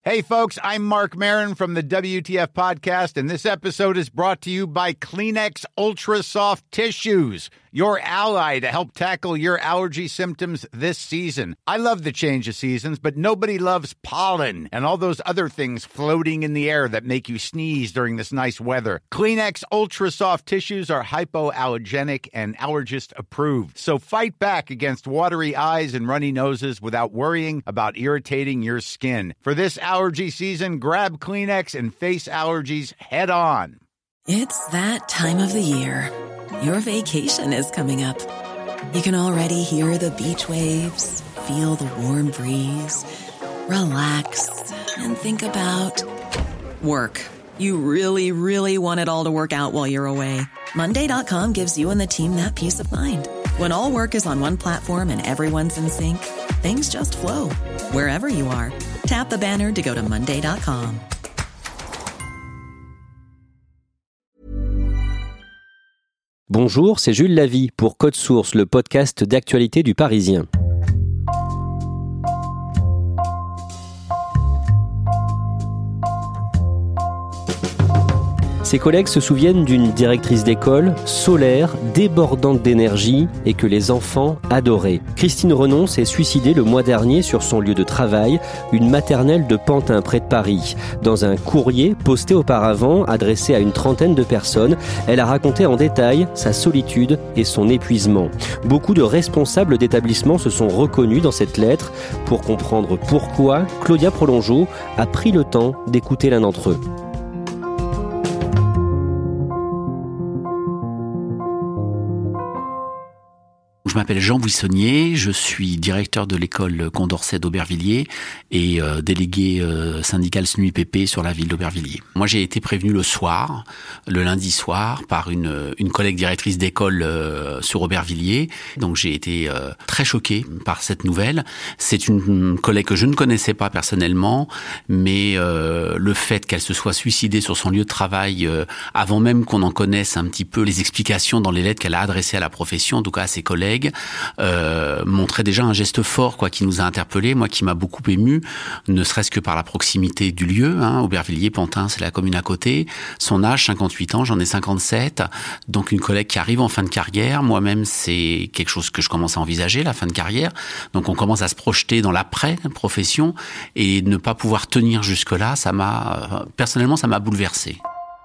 Hey folks, I'm Mark Maron from the WTF Podcast, and this episode is brought to you by Kleenex Ultra Soft Tissues, your ally to help tackle your allergy symptoms this season. I love the change of seasons, but nobody loves pollen and all those other things floating in the air that make you sneeze during this nice weather. Kleenex Ultra Soft Tissues are hypoallergenic and allergist approved, so fight back against watery eyes and runny noses without worrying about irritating your skin. For this allergy season, grab Kleenex and face allergies head on. It's that time of the year. Your vacation is coming up. You can already hear the beach waves, feel the warm breeze, relax, and think about work. You really, really want it all to work out while you're away. Monday.com gives you and the team that peace of mind. When all work is on one platform and everyone's in sync, things just flow. Wherever you are, tap the banner to go to Monday.com. Bonjour, c'est Jules Lavie pour Code Source, le podcast d'actualité du Parisien. Ses collègues se souviennent d'une directrice d'école solaire, débordante d'énergie et que les enfants adoraient. Christine Renon s'est suicidée le mois dernier sur son lieu de travail, une maternelle de Pantin près de Paris. Dans un courrier posté auparavant, adressé à une trentaine de personnes, elle a raconté en détail sa solitude et son épuisement. Beaucoup de responsables d'établissements se sont reconnus dans cette lettre. Pour comprendre pourquoi, Claudia Prolongeau a pris le temps d'écouter l'un d'entre eux. Je m'appelle Jean Buissonnier, je suis directeur de l'école Condorcet d'Aubervilliers et délégué syndical SNUIPP sur la ville d'Aubervilliers. Moi, j'ai été prévenu le lundi soir, par une collègue directrice d'école sur Aubervilliers. Donc, j'ai été très choqué par cette nouvelle. C'est une collègue que je ne connaissais pas personnellement, mais le fait qu'elle se soit suicidée sur son lieu de travail, avant même qu'on en connaisse un petit peu les explications dans les lettres qu'elle a adressées à la profession, en tout cas à ses collègues, montrait déjà un geste fort qui nous a interpellés, moi qui m'a beaucoup ému, ne serait-ce que par la proximité du lieu. Aubervilliers, Pantin, c'est la commune à côté. Son âge, 58 ans, j'en ai 57. Donc une collègue qui arrive en fin de carrière. Moi-même, c'est quelque chose que je commence à envisager, la fin de carrière. Donc on commence à se projeter dans l'après-profession et ne pas pouvoir tenir jusque-là, personnellement, ça m'a bouleversé.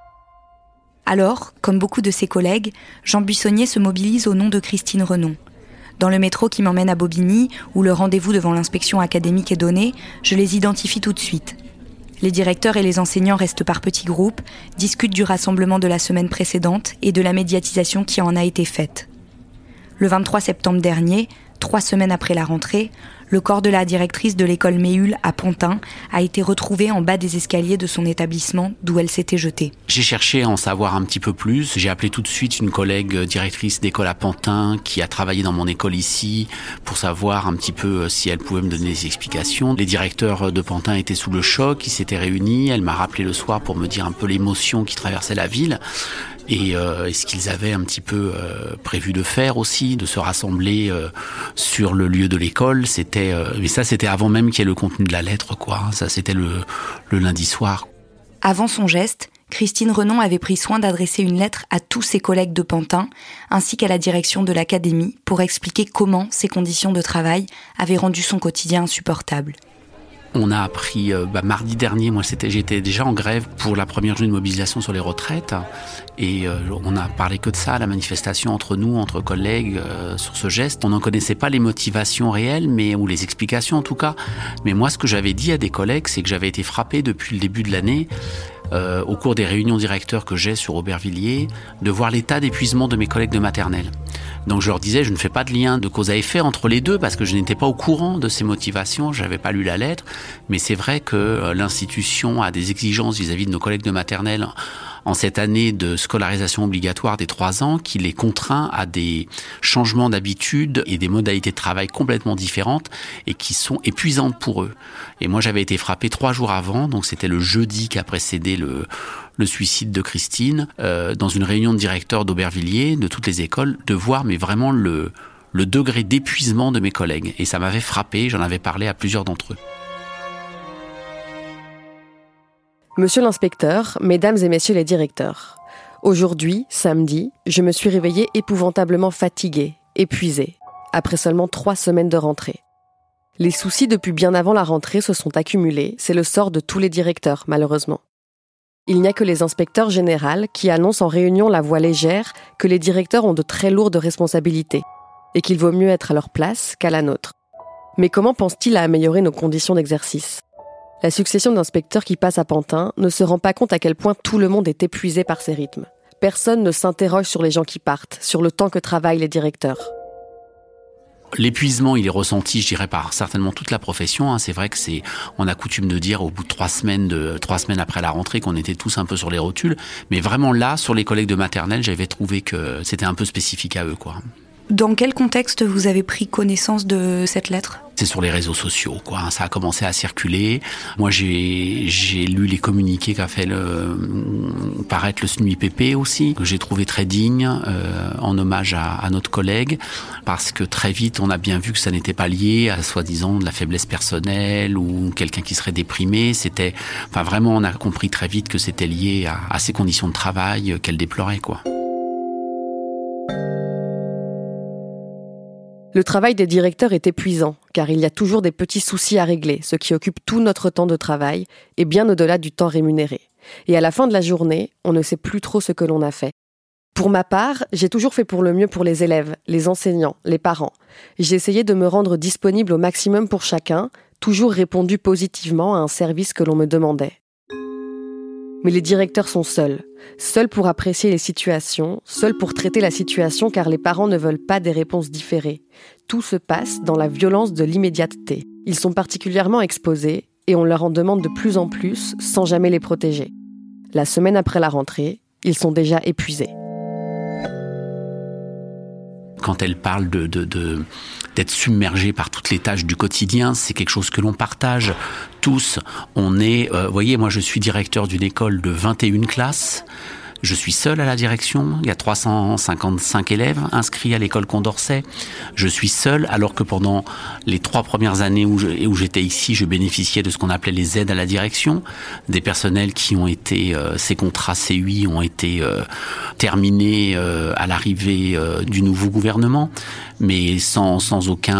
Alors, comme beaucoup de ses collègues, Jean Buissonnier se mobilise au nom de Christine Renon. Dans le métro qui m'emmène à Bobigny, où le rendez-vous devant l'inspection académique est donné, je les identifie tout de suite. Les directeurs et les enseignants restent par petits groupes, discutent du rassemblement de la semaine précédente et de la médiatisation qui en a été faite. Le 23 septembre dernier, 3 semaines après la rentrée, le corps de la directrice de l'école Méhul à Pantin a été retrouvé en bas des escaliers de son établissement d'où elle s'était jetée. J'ai cherché à en savoir un petit peu plus. J'ai appelé tout de suite une collègue directrice d'école à Pantin qui a travaillé dans mon école ici pour savoir un petit peu si elle pouvait me donner des explications. Les directeurs de Pantin étaient sous le choc, ils s'étaient réunis. Elle m'a rappelé le soir pour me dire un peu l'émotion qui traversait la ville. Et ce qu'ils avaient un petit peu prévu de faire aussi, de se rassembler sur le lieu de l'école, mais ça c'était avant même qu'il y ait le contenu de la lettre, Ça c'était le lundi soir. Avant son geste, Christine Renon avait pris soin d'adresser une lettre à tous ses collègues de Pantin, ainsi qu'à la direction de l'académie, pour expliquer comment ces conditions de travail avaient rendu son quotidien insupportable. On a appris mardi dernier, j'étais déjà en grève pour la première journée de mobilisation sur les retraites et on a parlé que de ça, la manifestation entre collègues sur ce geste. On n'en connaissait pas les motivations réelles, ou les explications en tout cas. Mais moi, ce que j'avais dit à des collègues, c'est que j'avais été frappé depuis le début de l'année, au cours des réunions directeurs que j'ai sur Aubervilliers, de voir l'état d'épuisement de mes collègues de maternelle. Donc je leur disais, je ne fais pas de lien de cause à effet entre les deux parce que je n'étais pas au courant de ces motivations, je n'avais pas lu la lettre, mais c'est vrai que l'institution a des exigences vis-à-vis de nos collègues de maternelle en cette année de scolarisation obligatoire des 3 ans qui les contraint à des changements d'habitude et des modalités de travail complètement différentes et qui sont épuisantes pour eux. Et moi, j'avais été frappé 3 jours avant, donc c'était le jeudi qui a précédé le suicide de Christine, dans une réunion de directeurs d'Aubervilliers, de toutes les écoles, de voir mais vraiment le degré d'épuisement de mes collègues. Et ça m'avait frappé, j'en avais parlé à plusieurs d'entre eux. Monsieur l'inspecteur, mesdames et messieurs les directeurs. Aujourd'hui, samedi, je me suis réveillée épouvantablement fatiguée, épuisée, après seulement 3 semaines de rentrée. Les soucis depuis bien avant la rentrée se sont accumulés, c'est le sort de tous les directeurs, malheureusement. Il n'y a que les inspecteurs généraux qui annoncent en réunion la voix légère que les directeurs ont de très lourdes responsabilités et qu'il vaut mieux être à leur place qu'à la nôtre. Mais comment pense-t-il à améliorer nos conditions d'exercice ? La succession d'inspecteurs qui passent à Pantin ne se rend pas compte à quel point tout le monde est épuisé par ces rythmes. Personne ne s'interroge sur les gens qui partent, sur le temps que travaillent les directeurs. L'épuisement, il est ressenti, je dirais, par certainement toute la profession. C'est vrai que on a coutume de dire au bout de 3 semaines après la rentrée qu'on était tous un peu sur les rotules. Mais vraiment là, sur les collègues de maternelle, j'avais trouvé que c'était un peu spécifique à eux, quoi. Dans quel contexte vous avez pris connaissance de cette lettre ? C'est sur les réseaux sociaux, quoi. Ça a commencé à circuler. Moi, j'ai lu les communiqués qu'a fait paraître le SNUIPP aussi, que j'ai trouvé très digne, en hommage à notre collègue, parce que très vite, on a bien vu que ça n'était pas lié à soi-disant de la faiblesse personnelle ou quelqu'un qui serait déprimé. Vraiment, on a compris très vite que c'était lié à ses conditions de travail qu'elle déplorait, quoi. Le travail des directeurs est épuisant, car il y a toujours des petits soucis à régler, ce qui occupe tout notre temps de travail, et bien au-delà du temps rémunéré. Et à la fin de la journée, on ne sait plus trop ce que l'on a fait. Pour ma part, j'ai toujours fait pour le mieux pour les élèves, les enseignants, les parents. J'ai essayé de me rendre disponible au maximum pour chacun, toujours répondu positivement à un service que l'on me demandait. Mais les directeurs sont seuls pour apprécier les situations, seuls pour traiter la situation car les parents ne veulent pas des réponses différées. Tout se passe dans la violence de l'immédiateté. Ils sont particulièrement exposés et on leur en demande de plus en plus sans jamais les protéger. La semaine après la rentrée, ils sont déjà épuisés. Quand elle parle d'être submergé par toutes les tâches du quotidien, c'est quelque chose que l'on partage tous. On est, vous voyez, moi je suis directeur d'une école de 21 classes. Je suis seul à la direction. Il y a 355 élèves inscrits à l'école Condorcet. Je suis seul, alors que pendant les 3 premières années où j'étais ici, je bénéficiais de ce qu'on appelait les aides à la direction. Des personnels qui ont été, ces contrats CUI ont été terminés à l'arrivée du nouveau gouvernement, mais sans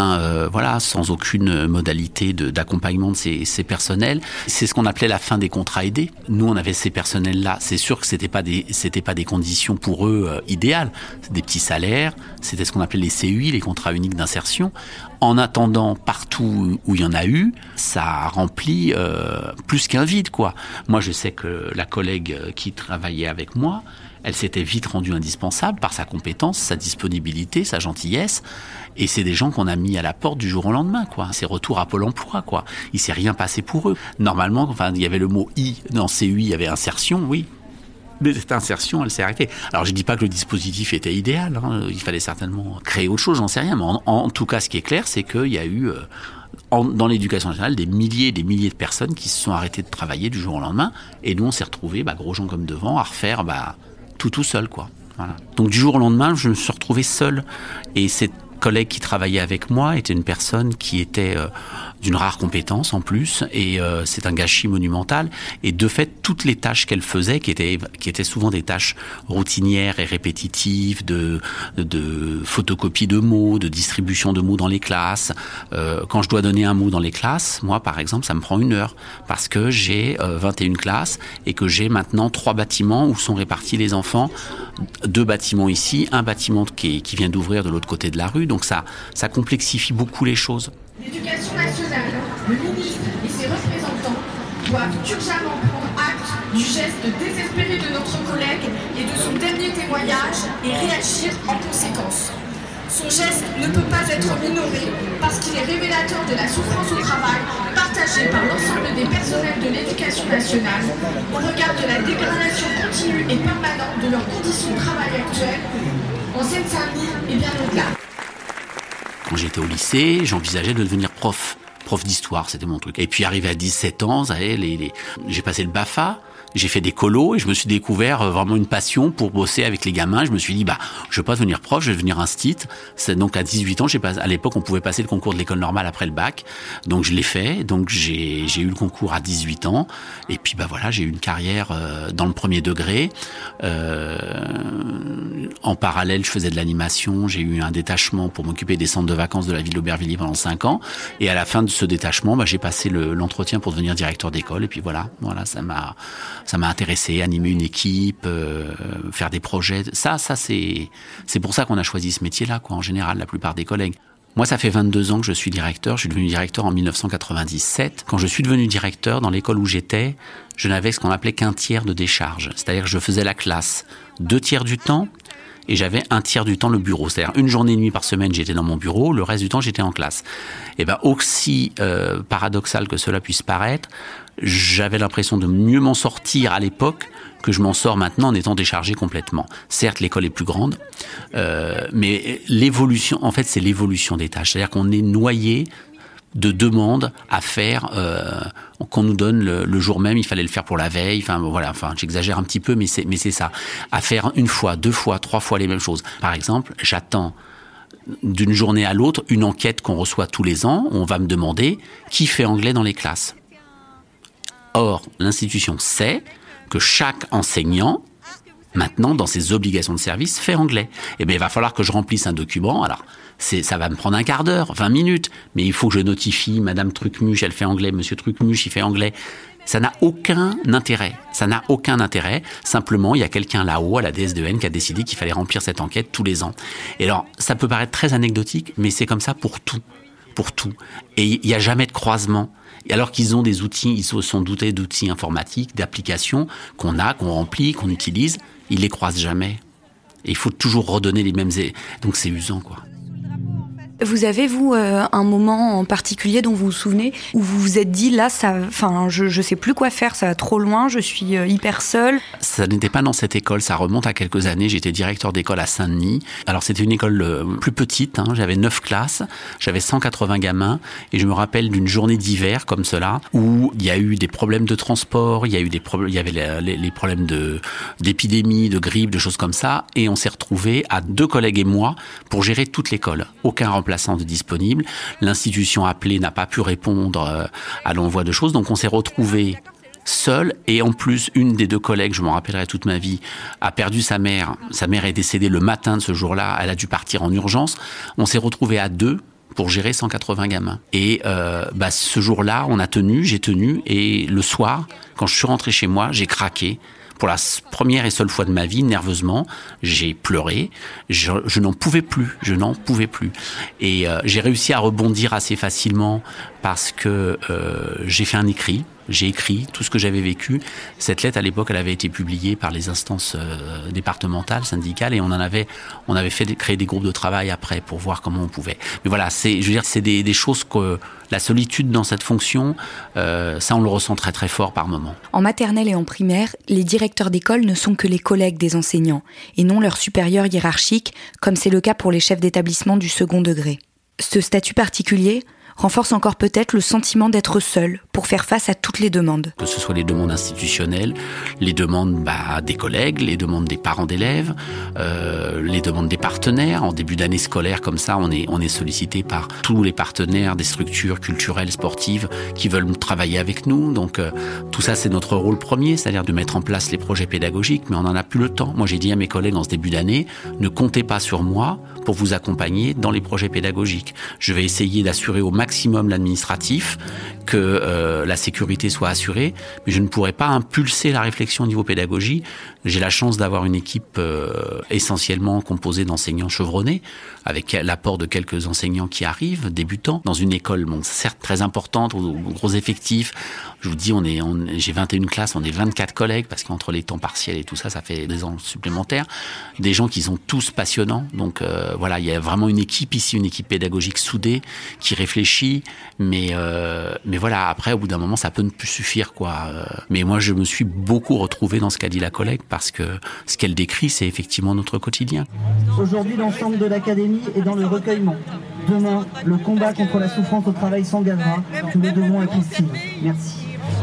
aucune modalité d'accompagnement de ces personnels. C'est ce qu'on appelait la fin des contrats aidés. Nous, on avait ces personnels-là. C'est sûr que c'était pas des conditions pour eux idéales. C'est des petits salaires. C'était ce qu'on appelait les CUI, les contrats uniques d'insertion. En attendant, partout où il y en a eu, ça remplit plus qu'un vide, quoi. Moi, je sais que la collègue qui travaillait avec moi, elle s'était vite rendue indispensable par sa compétence, sa disponibilité, sa gentillesse. Et c'est des gens qu'on a mis à la porte du jour au lendemain, quoi. C'est retour à Pôle emploi, quoi. Il s'est rien passé pour eux. Normalement, il y avait le mot I dans CUI, il y avait insertion, oui. Mais cette insertion, elle s'est arrêtée. Alors, je dis pas que le dispositif était idéal, hein. Il fallait certainement créer autre chose, j'en sais rien. Mais en tout cas, ce qui est clair, c'est qu'il y a eu, dans l'éducation nationale, des milliers et des milliers de personnes qui se sont arrêtées de travailler du jour au lendemain. Et nous, on s'est retrouvés, gros gens comme devant, à refaire, tout seul, quoi. Voilà. Donc, du jour au lendemain, je me suis retrouvé seul. Et cette collègue qui travaillait avec moi était une personne qui était d'une rare compétence en plus, et c'est un gâchis monumental. Et de fait, toutes les tâches qu'elle faisait, qui étaient souvent des tâches routinières et répétitives, de photocopie de mots, de distribution de mots dans les classes. Quand je dois donner un mot dans les classes, moi par exemple, ça me prend 1 heure, parce que j'ai 21 classes et que j'ai maintenant 3 bâtiments où sont répartis les enfants. 2 bâtiments ici, un bâtiment qui vient d'ouvrir de l'autre côté de la rue. Donc ça complexifie beaucoup les choses. L'Éducation nationale, le ministre et ses représentants doivent urgemment prendre acte du geste désespéré de notre collègue et de son dernier témoignage et réagir en conséquence. Son geste ne peut pas être minoré parce qu'il est révélateur de la souffrance au travail partagée par l'ensemble des personnels de l'éducation nationale au regard de la dégradation continue et permanente de leurs conditions de travail actuelles en Seine-Saint-Denis et bien au-delà. Quand j'étais au lycée, j'envisageais de devenir prof d'histoire, c'était mon truc. Et puis arrivé à 17 ans, j'ai passé le BAFA, J'ai fait des colos et je me suis découvert vraiment une passion pour bosser avec les gamins. Je me suis dit, je vais pas devenir prof, je vais devenir instit. C'est donc à 18 ans, à l'époque, on pouvait passer le concours de l'école normale après le bac. Donc je l'ai fait. Donc j'ai eu le concours à 18 ans. Et puis voilà, j'ai eu une carrière dans le premier degré. En parallèle, je faisais de l'animation. J'ai eu un détachement pour m'occuper des centres de vacances de la ville d'Aubervilliers pendant 5 ans. Et à la fin de ce détachement, j'ai passé l'entretien pour devenir directeur d'école. Et puis voilà, ça m'a intéressé, animer une équipe, faire des projets. Ça c'est pour ça qu'on a choisi ce métier-là, quoi. En général, la plupart des collègues. Moi, ça fait 22 ans que je suis directeur. Je suis devenu directeur en 1997. Quand je suis devenu directeur, dans l'école où j'étais, je n'avais ce qu'on appelait qu'un tiers de décharge. C'est-à-dire que je faisais la classe 2 tiers du temps et j'avais 1 tiers du temps le bureau. C'est-à-dire 1 journée et demie par semaine, j'étais dans mon bureau. Le reste du temps, j'étais en classe. Et aussi paradoxal que cela puisse paraître, j'avais l'impression de mieux m'en sortir à l'époque que je m'en sors maintenant en étant déchargé complètement. Certes, l'école est plus grande, mais l'évolution, en fait, c'est l'évolution des tâches. C'est-à-dire qu'on est noyé de demandes à faire qu'on nous donne le jour même. Il fallait le faire pour la veille. J'exagère un petit peu, mais c'est ça. À faire 1 fois, 2 fois, 3 fois les mêmes choses. Par exemple, j'attends d'une journée à l'autre une enquête qu'on reçoit tous les ans. On va me demander qui fait anglais dans les classes. Or, l'institution sait que chaque enseignant, maintenant, dans ses obligations de service, fait anglais. Il va falloir que je remplisse un document. Alors, ça va me prendre 1 quart d'heure, 20 minutes. Mais il faut que je notifie Madame Trucmuche, elle fait anglais, Monsieur Trucmuche, il fait anglais. Ça n'a aucun intérêt. Simplement, il y a quelqu'un là-haut, à la DS2N, qui a décidé qu'il fallait remplir cette enquête tous les ans. Et alors, ça peut paraître très anecdotique, mais c'est comme ça pour tout. Et il n'y a jamais de croisement. Alors qu'ils ont des outils, ils se sont dotés d'outils informatiques, d'applications qu'on remplit, qu'on utilise, ils les croisent jamais. Et il faut toujours redonner les mêmes... Donc c'est usant, quoi. Vous avez, vous, un moment en particulier dont vous vous souvenez, où vous vous êtes dit, là, je sais plus quoi faire, ça va trop loin, je suis hyper seule. Ça n'était pas dans cette école, ça remonte à quelques années. J'étais directeur d'école à Saint-Denis. Alors c'était une école plus petite, j'avais 9 classes, j'avais 180 gamins, et je me rappelle d'une journée d'hiver comme cela, où il y a eu des problèmes de transport, il y avait les problèmes d'épidémie, de grippe, de choses comme ça, et on s'est retrouvés à 2 collègues et moi pour gérer toute l'école. Aucun remplaçant de disponible. L'institution appelée n'a pas pu répondre à l'envoi de choses, donc on s'est retrouvés seuls, et en plus, une des 2 collègues, je m'en rappellerai toute ma vie, a perdu sa mère. Sa mère est décédée le matin de ce jour-là, elle a dû partir en urgence. On s'est retrouvés à 2 pour gérer 180 gamins. Et ce jour-là, j'ai tenu, et le soir, quand je suis rentré chez moi, j'ai craqué. Pour la première et seule fois de ma vie, nerveusement, j'ai pleuré. Je n'en pouvais plus. Et j'ai réussi à rebondir assez facilement parce que j'ai fait un écrit. J'ai écrit tout ce que j'avais vécu. Cette lettre, à l'époque, elle avait été publiée par les instances départementales, syndicales, et on avait créé des groupes de travail après pour voir comment on pouvait. Mais voilà, c'est des choses que la solitude dans cette fonction, ça on le ressent très très fort par moment. En maternelle et en primaire, les directeurs d'école ne sont que les collègues des enseignants et non leurs supérieurs hiérarchiques, comme c'est le cas pour les chefs d'établissement du second degré. Ce statut particulier renforce encore peut-être le sentiment d'être seul pour faire face à toutes les demandes. Que ce soit les demandes institutionnelles, les demandes des collègues, les demandes des parents d'élèves, les demandes des partenaires. En début d'année scolaire, comme ça, on est sollicité par tous les partenaires des structures culturelles, sportives qui veulent travailler avec nous. Donc tout ça, c'est notre rôle premier, c'est-à-dire de mettre en place les projets pédagogiques, mais on n'en a plus le temps. Moi, j'ai dit à mes collègues en ce début d'année, ne comptez pas sur moi pour vous accompagner dans les projets pédagogiques. Je vais essayer d'assurer au maximum l'administratif, que la sécurité soit assurée, mais je ne pourrai pas impulser la réflexion au niveau pédagogie. J'ai la chance d'avoir une équipe essentiellement composée d'enseignants chevronnés, avec l'apport de quelques enseignants qui arrivent, débutants, dans une école certes très importante, aux gros effectifs. Je vous dis, j'ai 21 classes, on est 24 collègues, parce qu'entre les temps partiels et tout ça, ça fait des ans supplémentaires. Des gens qui sont tous passionnants. Donc voilà, il y a vraiment une équipe ici, une équipe pédagogique soudée, qui réfléchit, mais voilà, après, au bout d'un moment, ça peut ne plus suffire, quoi. Mais moi, je me suis beaucoup retrouvé dans ce qu'a dit la collègue, parce que ce qu'elle décrit, c'est effectivement notre quotidien. Aujourd'hui, l'ensemble de l'académie est dans le recueillement. Demain, le combat contre la souffrance au travail s'engagera. Nous le devons à Christine. Merci.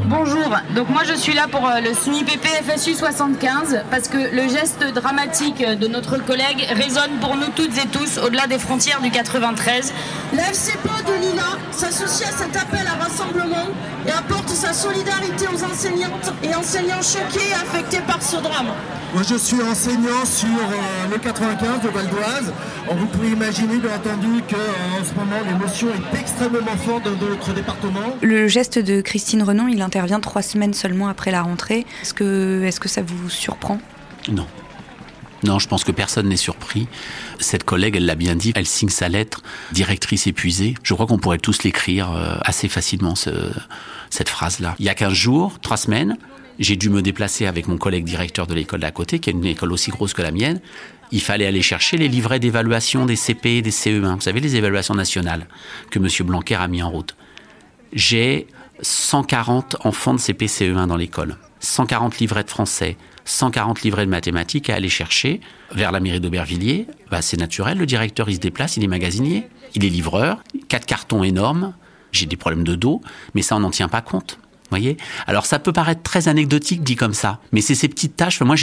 Bonjour, donc moi je suis là pour le SNUIPP FSU 75 parce que le geste dramatique de notre collègue résonne pour nous toutes et tous au-delà des frontières du 93. La FCPE de Lina s'associe à cet appel à rassemblement et apporte sa solidarité aux enseignantes et enseignants choqués et affectés par ce drame. Moi je suis enseignant sur le 95 de Val d'Oise. Vous pouvez imaginer bien entendu qu'en ce moment l'émotion est extrêmement forte dans notre département. Le geste de Christine Renon, il intervient 3 semaines seulement après la rentrée. Est-ce que ça vous surprend ? Non, je pense que personne n'est surpris. Cette collègue, elle l'a bien dit, elle signe sa lettre, directrice épuisée. Je crois qu'on pourrait tous l'écrire assez facilement, cette phrase-là. Il y a 15 jours, 3 semaines, j'ai dû me déplacer avec mon collègue directeur de l'école d'à côté, qui est une école aussi grosse que la mienne. Il fallait aller chercher les livrets d'évaluation des CP et des CE1. Vous savez, les évaluations nationales que M. Blanquer a mis en route. J'ai 140 enfants de CP CE1 dans l'école, 140 livrets de français, 140 livrets de mathématiques à aller chercher vers la mairie d'Aubervilliers. C'est naturel, le directeur il se déplace, il est magasinier, il est livreur, 4 cartons énormes, j'ai des problèmes de dos, mais ça on n'en tient pas compte. Voyez ? Alors ça peut paraître très anecdotique dit comme ça, mais c'est ces petites tâches. Moi, je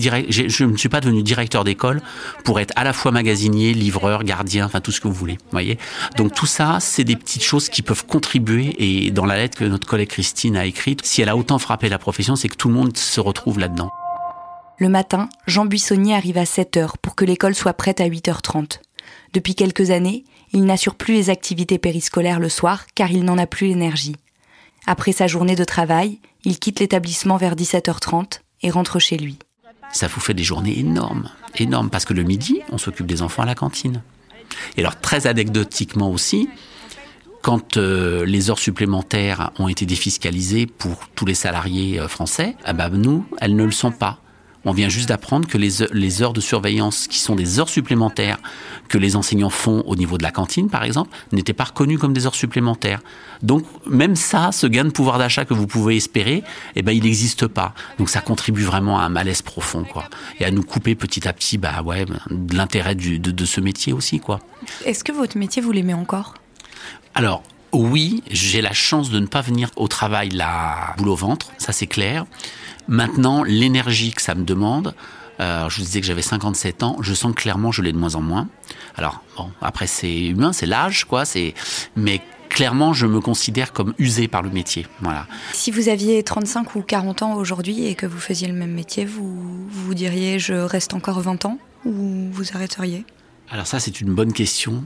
ne suis pas devenu directeur d'école pour être à la fois magasinier, livreur, gardien, enfin tout ce que vous voulez. Voyez ? Donc tout ça, c'est des petites choses qui peuvent contribuer. Et dans la lettre que notre collègue Christine a écrite, si elle a autant frappé la profession, c'est que tout le monde se retrouve là-dedans. Le matin, Jean Buissonnier arrive à 7h pour que l'école soit prête à 8h30. Depuis quelques années, il n'assure plus les activités périscolaires le soir car il n'en a plus l'énergie. Après sa journée de travail, il quitte l'établissement vers 17h30 et rentre chez lui. Ça vous fait des journées énormes, parce que le midi, on s'occupe des enfants à la cantine. Et alors, très anecdotiquement aussi, quand les heures supplémentaires ont été défiscalisées pour tous les salariés français, nous, elles ne le sont pas. On vient juste d'apprendre que les heures de surveillance, qui sont des heures supplémentaires que les enseignants font au niveau de la cantine, par exemple, n'étaient pas reconnues comme des heures supplémentaires. Donc, même ça, ce gain de pouvoir d'achat que vous pouvez espérer, il n'existe pas. Donc, ça contribue vraiment à un malaise profond, quoi. Et à nous couper petit à petit, de l'intérêt de ce métier aussi, quoi. Est-ce que votre métier, vous l'aimez encore ? Alors, oui, j'ai la chance de ne pas venir au travail la boule au ventre, ça c'est clair. Maintenant, l'énergie que ça me demande, je vous disais que j'avais 57 ans, je sens que clairement je l'ai de moins en moins. Alors, bon, après c'est humain, c'est l'âge, quoi, mais clairement je me considère comme usé par le métier, voilà. Si vous aviez 35 ou 40 ans aujourd'hui et que vous faisiez le même métier, vous diriez je reste encore 20 ans ou vous arrêteriez ? Alors ça c'est une bonne question.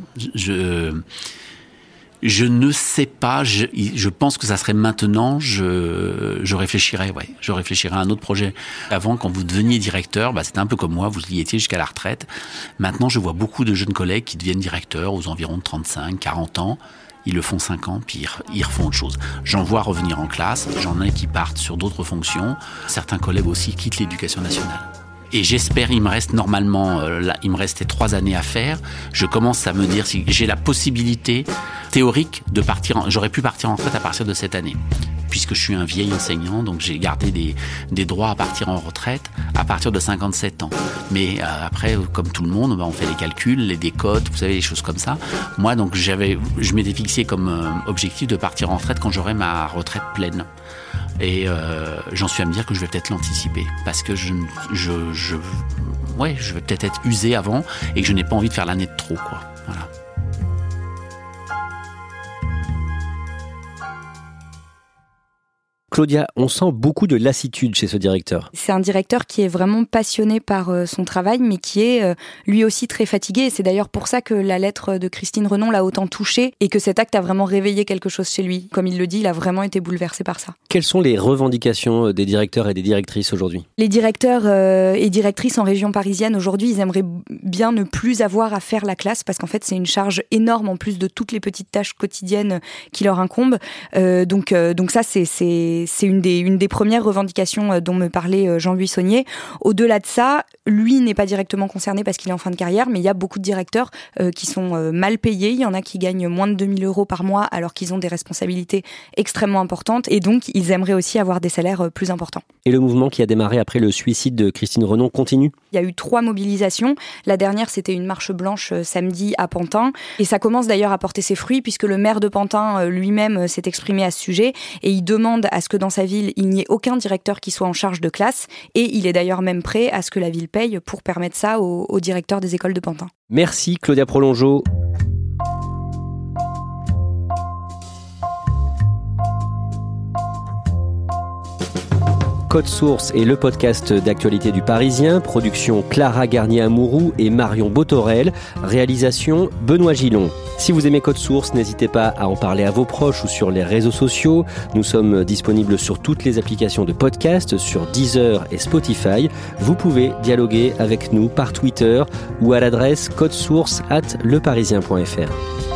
Je ne sais pas, je pense que ça serait maintenant, je réfléchirais, je réfléchirais à un autre projet. Avant, quand vous deveniez directeur, c'était un peu comme moi, vous y étiez jusqu'à la retraite. Maintenant, je vois beaucoup de jeunes collègues qui deviennent directeurs aux environs de 35, 40 ans. Ils le font 5 ans, puis ils refont autre chose. J'en vois revenir en classe, j'en ai qui partent sur d'autres fonctions. Certains collègues aussi quittent l'éducation nationale. Et j'espère, il me reste normalement, il me restait 3 années à faire. Je commence à me dire si j'ai la possibilité théorique de partir, j'aurais pu partir en retraite à partir de cette année. Puisque je suis un vieil enseignant, donc j'ai gardé des droits à partir en retraite à partir de 57 ans. Mais après, comme tout le monde, on fait les calculs, les décotes, vous savez, les choses comme ça. Moi, donc, je m'étais fixé comme objectif de partir en retraite quand j'aurai ma retraite pleine. Et j'en suis à me dire que je vais peut-être l'anticiper parce que je vais peut-être être usé avant et que je n'ai pas envie de faire l'année de trop, quoi. Voilà. Claudia, on sent beaucoup de lassitude chez ce directeur. C'est un directeur qui est vraiment passionné par son travail, mais qui est lui aussi très fatigué. Et c'est d'ailleurs pour ça que la lettre de Christine Renon l'a autant touché et que cet acte a vraiment réveillé quelque chose chez lui. Comme il le dit, il a vraiment été bouleversé par ça. Quelles sont les revendications des directeurs et des directrices aujourd'hui ? Les directeurs et directrices en région parisienne, aujourd'hui, ils aimeraient bien ne plus avoir à faire la classe parce qu'en fait, c'est une charge énorme en plus de toutes les petites tâches quotidiennes qui leur incombent. Donc ça, c'est une des premières revendications dont me parlait Jean Buissonnier. Au-delà de ça, lui n'est pas directement concerné parce qu'il est en fin de carrière, mais il y a beaucoup de directeurs qui sont mal payés. Il y en a qui gagnent moins de 2 000 € par mois alors qu'ils ont des responsabilités extrêmement importantes et donc ils aimeraient aussi avoir des salaires plus importants. Et le mouvement qui a démarré après le suicide de Christine Renon continue ? Il y a eu 3 mobilisations. La dernière, c'était une marche blanche samedi à Pantin. Et ça commence d'ailleurs à porter ses fruits puisque le maire de Pantin lui-même s'est exprimé à ce sujet et il demande à ce ce que dans sa ville, il n'y ait aucun directeur qui soit en charge de classe, et il est d'ailleurs même prêt à ce que la ville paye pour permettre ça aux directeurs des écoles de Pantin. Merci Claudia Prolongeau. Code Source est le podcast d'actualité du Parisien, production Clara Garnier-Amouroux et Marion Botorel, réalisation Benoît Gillon. Si vous aimez Code Source, n'hésitez pas à en parler à vos proches ou sur les réseaux sociaux. Nous sommes disponibles sur toutes les applications de podcast, sur Deezer et Spotify. Vous pouvez dialoguer avec nous par Twitter ou à l'adresse codesource@leparisien.fr.